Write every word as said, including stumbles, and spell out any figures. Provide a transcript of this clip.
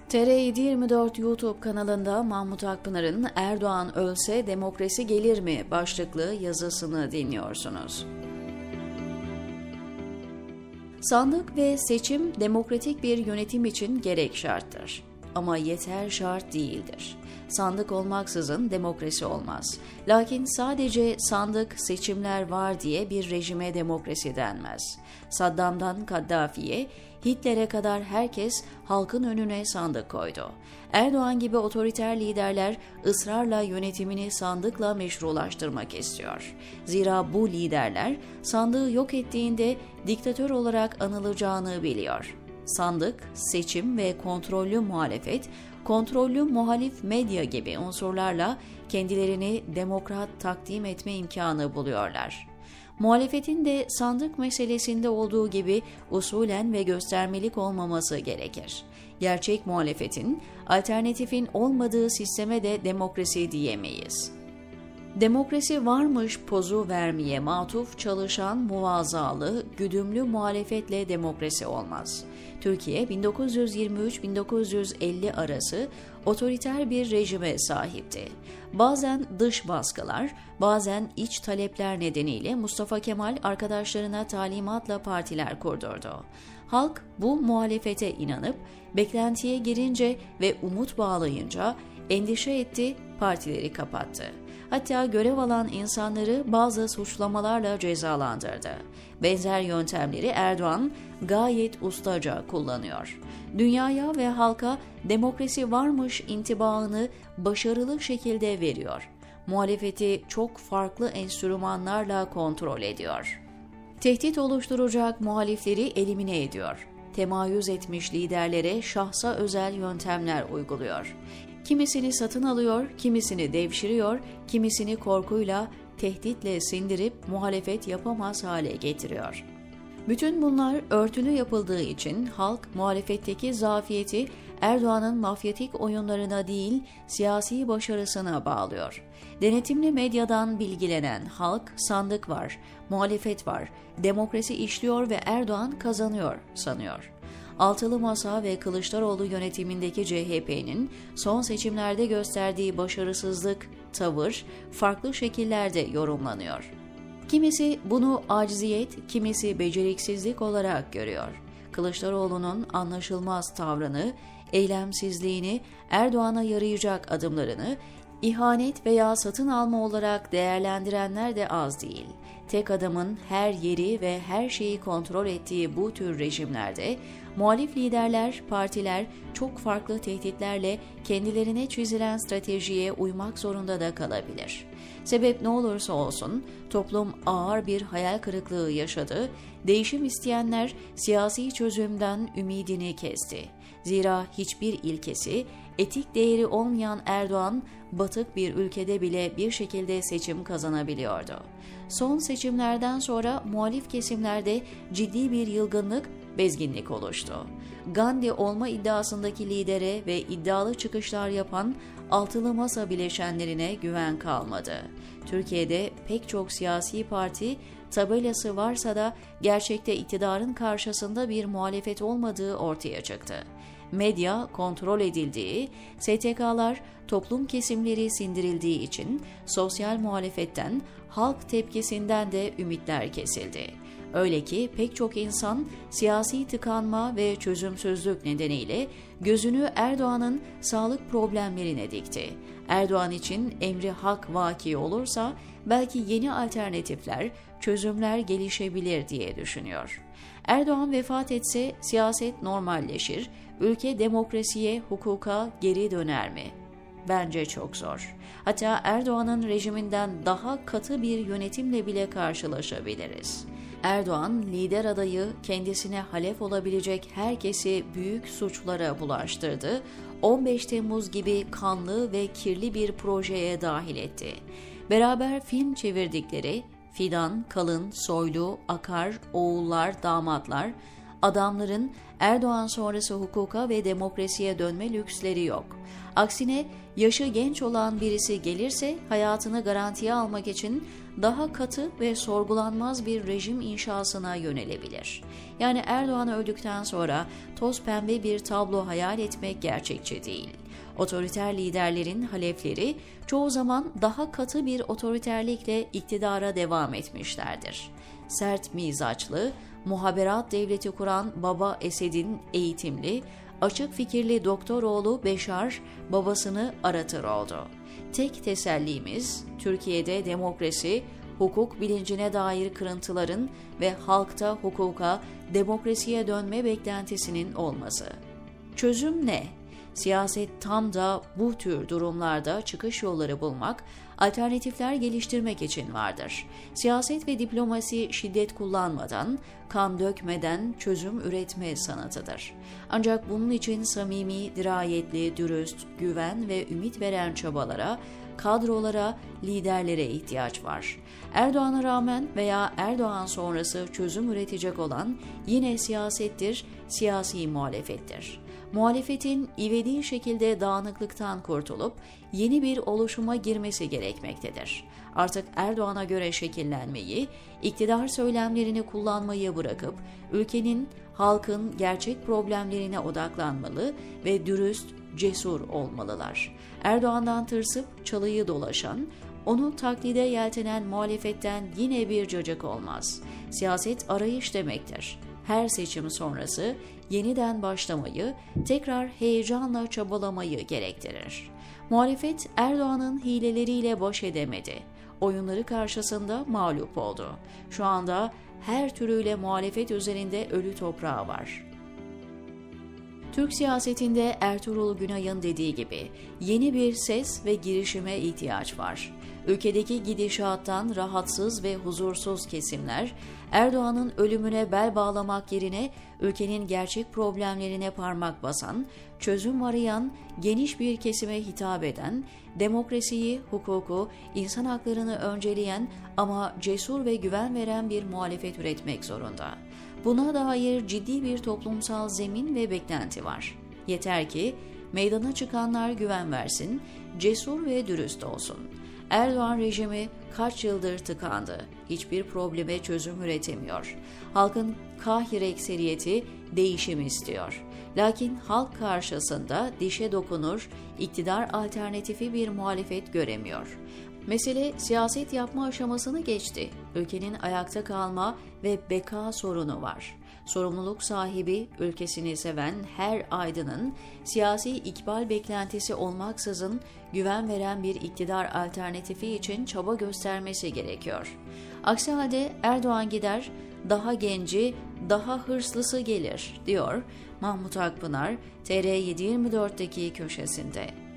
T R yedi yirmi dört YouTube kanalında Mahmut Akpınar'ın "Erdoğan ölse demokrasi gelir mi?" başlıklı yazısını dinliyorsunuz. Sandık ve seçim demokratik bir yönetim için gerek şarttır. Ama yeter şart değildir. Sandık olmaksızın demokrasi olmaz. Lakin sadece sandık, seçimler var diye bir rejime demokrasi denmez. Saddam'dan Kaddafi'ye, Hitler'e kadar herkes halkın önüne sandık koydu. Erdoğan gibi otoriter liderler ısrarla yönetimini sandıkla meşrulaştırmak istiyor. Zira bu liderler sandığı yok ettiğinde diktatör olarak anılacağını biliyor. Sandık, seçim ve kontrollü muhalefet, kontrollü muhalif medya gibi unsurlarla kendilerini demokrat takdim etme imkanı buluyorlar. Muhalefetin de sandık meselesinde olduğu gibi usulen ve göstermelik olmaması gerekir. Gerçek muhalefetin, alternatifin olmadığı sisteme de demokrasi diyemeyiz. Demokrasi varmış pozu vermeye matuf çalışan muvazzalı, güdümlü muhalefetle demokrasi olmaz. Türkiye bin dokuz yüz yirmi üç bin dokuz yüz elli arası otoriter bir rejime sahipti. Bazen dış baskılar, bazen iç talepler nedeniyle Mustafa Kemal arkadaşlarına talimatla partiler kurdurdu. Halk bu muhalefete inanıp beklentiye girince ve umut bağlayınca endişe etti, partileri kapattı. Hatta görev alan insanları bazı suçlamalarla cezalandırdı. Benzer yöntemleri Erdoğan gayet ustaca kullanıyor. Dünyaya ve halka demokrasi varmış intibaını başarılı şekilde veriyor. Muhalefeti çok farklı enstrümanlarla kontrol ediyor. Tehdit oluşturacak muhalifleri elimine ediyor. Temayüz etmiş liderlere şahsa özel yöntemler uyguluyor. Kimisini satın alıyor, kimisini devşiriyor, kimisini korkuyla, tehditle sindirip muhalefet yapamaz hale getiriyor. Bütün bunlar örtülü yapıldığı için halk muhalefetteki zafiyeti Erdoğan'ın mafyatik oyunlarına değil, siyasi başarısına bağlıyor. Denetimli medyadan bilgilenen halk sandık var, muhalefet var, demokrasi işliyor ve Erdoğan kazanıyor sanıyor. Altılı Masa ve Kılıçdaroğlu yönetimindeki C H P'nin son seçimlerde gösterdiği başarısızlık, tavır farklı şekillerde yorumlanıyor. Kimisi bunu acziyet, kimisi beceriksizlik olarak görüyor. Kılıçdaroğlu'nun anlaşılmaz tavrını, eylemsizliğini, Erdoğan'a yarayacak adımlarını, ihanet veya satın alma olarak değerlendirenler de az değil. Tek adamın her yeri ve her şeyi kontrol ettiği bu tür rejimlerde muhalif liderler, partiler çok farklı tehditlerle kendilerine çizilen stratejiye uymak zorunda da kalabilir. Sebep ne olursa olsun toplum ağır bir hayal kırıklığı yaşadı, değişim isteyenler siyasi çözümden ümidini kesti. Zira hiçbir ilkesi, etik değeri olmayan Erdoğan, batık bir ülkede bile bir şekilde seçim kazanabiliyordu. Son seçimlerden sonra muhalif kesimlerde ciddi bir yılgınlık, bezginlik oluştu. Gandhi olma iddiasındaki lidere ve iddialı çıkışlar yapan altılı masa bileşenlerine güven kalmadı. Türkiye'de pek çok siyasi parti tabelası varsa da gerçekte iktidarın karşısında bir muhalefet olmadığı ortaya çıktı. Medya kontrol edildiği, S T K'lar toplum kesimleri sindirildiği için sosyal muhalefetten, halk tepkisinden de ümitler kesildi. Öyle ki pek çok insan siyasi tıkanma ve çözümsüzlük nedeniyle gözünü Erdoğan'ın sağlık problemlerine dikti. Erdoğan için emri hak vaki olursa belki yeni alternatifler, çözümler gelişebilir diye düşünüyor. Erdoğan vefat etse siyaset normalleşir, ülke demokrasiye, hukuka geri döner mi? Bence çok zor. Hatta Erdoğan'ın rejiminden daha katı bir yönetimle bile karşılaşabiliriz. Erdoğan, lider adayı kendisine halef olabilecek herkesi büyük suçlara bulaştırdı, on beş Temmuz gibi kanlı ve kirli bir projeye dahil etti. Beraber film çevirdikleri Fidan, Kalın, Soylu, Akar, oğullar, damatlar, adamların Erdoğan sonrası hukuka ve demokrasiye dönme lüksleri yok. Aksine yaşı genç olan birisi gelirse hayatını garantiye almak için daha katı ve sorgulanmaz bir rejim inşasına yönelebilir. Yani Erdoğan öldükten sonra toz pembe bir tablo hayal etmek gerçekçi değil. Otoriter liderlerin halefleri çoğu zaman daha katı bir otoriterlikle iktidara devam etmişlerdir. Sert mizaçlı, muhaberat devleti kuran Baba Esed'in eğitimli, açık fikirli doktor oğlu Beşar babasını aratır oldu. Tek tesellimiz Türkiye'de demokrasi, hukuk bilincine dair kırıntıların ve halkta hukuka, demokrasiye dönme beklentisinin olması. Çözüm ne? Siyaset tam da bu tür durumlarda çıkış yolları bulmak, alternatifler geliştirmek için vardır. Siyaset ve diplomasi şiddet kullanmadan, kan dökmeden çözüm üretme sanatıdır. Ancak bunun için samimi, dirayetli, dürüst, güven ve ümit veren çabalara, kadrolara, liderlere ihtiyaç var. Erdoğan'a rağmen veya Erdoğan sonrası çözüm üretecek olan yine siyasettir, siyasi muhalefettir. Muhalefetin ivedi şekilde dağınıklıktan kurtulup yeni bir oluşuma girmesi gerekmektedir. Artık Erdoğan'a göre şekillenmeyi, iktidar söylemlerini kullanmayı bırakıp ülkenin, halkın gerçek problemlerine odaklanmalı ve dürüst, cesur olmalılar. Erdoğan'dan tırsıp çalıyı dolaşan, onu taklide yeltenen muhalefetten yine bir cacık olmaz. Siyaset arayış demektir. Her seçim sonrası yeniden başlamayı, tekrar heyecanla çabalamayı gerektirir. Muhalefet Erdoğan'ın hileleriyle baş edemedi. Oyunları karşısında mağlup oldu. Şu anda her türüyle muhalefet üzerinde ölü toprağı var. Türk siyasetinde Ertuğrul Günay'ın dediği gibi yeni bir ses ve girişime ihtiyaç var. Ülkedeki gidişattan rahatsız ve huzursuz kesimler, Erdoğan'ın ölümüne bel bağlamak yerine ülkenin gerçek problemlerine parmak basan, çözüm arayan, geniş bir kesime hitap eden, demokrasiyi, hukuku, insan haklarını önceleyen ama cesur ve güven veren bir muhalefet üretmek zorunda. Buna dair ciddi bir toplumsal zemin ve beklenti var. Yeter ki meydana çıkanlar güven versin, cesur ve dürüst olsun. Erdoğan rejimi kaç yıldır tıkandı. Hiçbir probleme çözüm üretemiyor. Halkın kahir ekseriyeti değişim istiyor. Lakin halk karşısında dişe dokunur, iktidar alternatifi bir muhalefet göremiyor. Mesele siyaset yapma aşamasını geçti. Ülkenin ayakta kalma ve beka sorunu var. Sorumluluk sahibi, ülkesini seven her aydının siyasi ikbal beklentisi olmaksızın güven veren bir iktidar alternatifi için çaba göstermesi gerekiyor. Aksi halde Erdoğan gider, daha genci, daha hırslısı gelir, diyor Mahmut Akpınar T R yedi yirmi dört'teki köşesinde.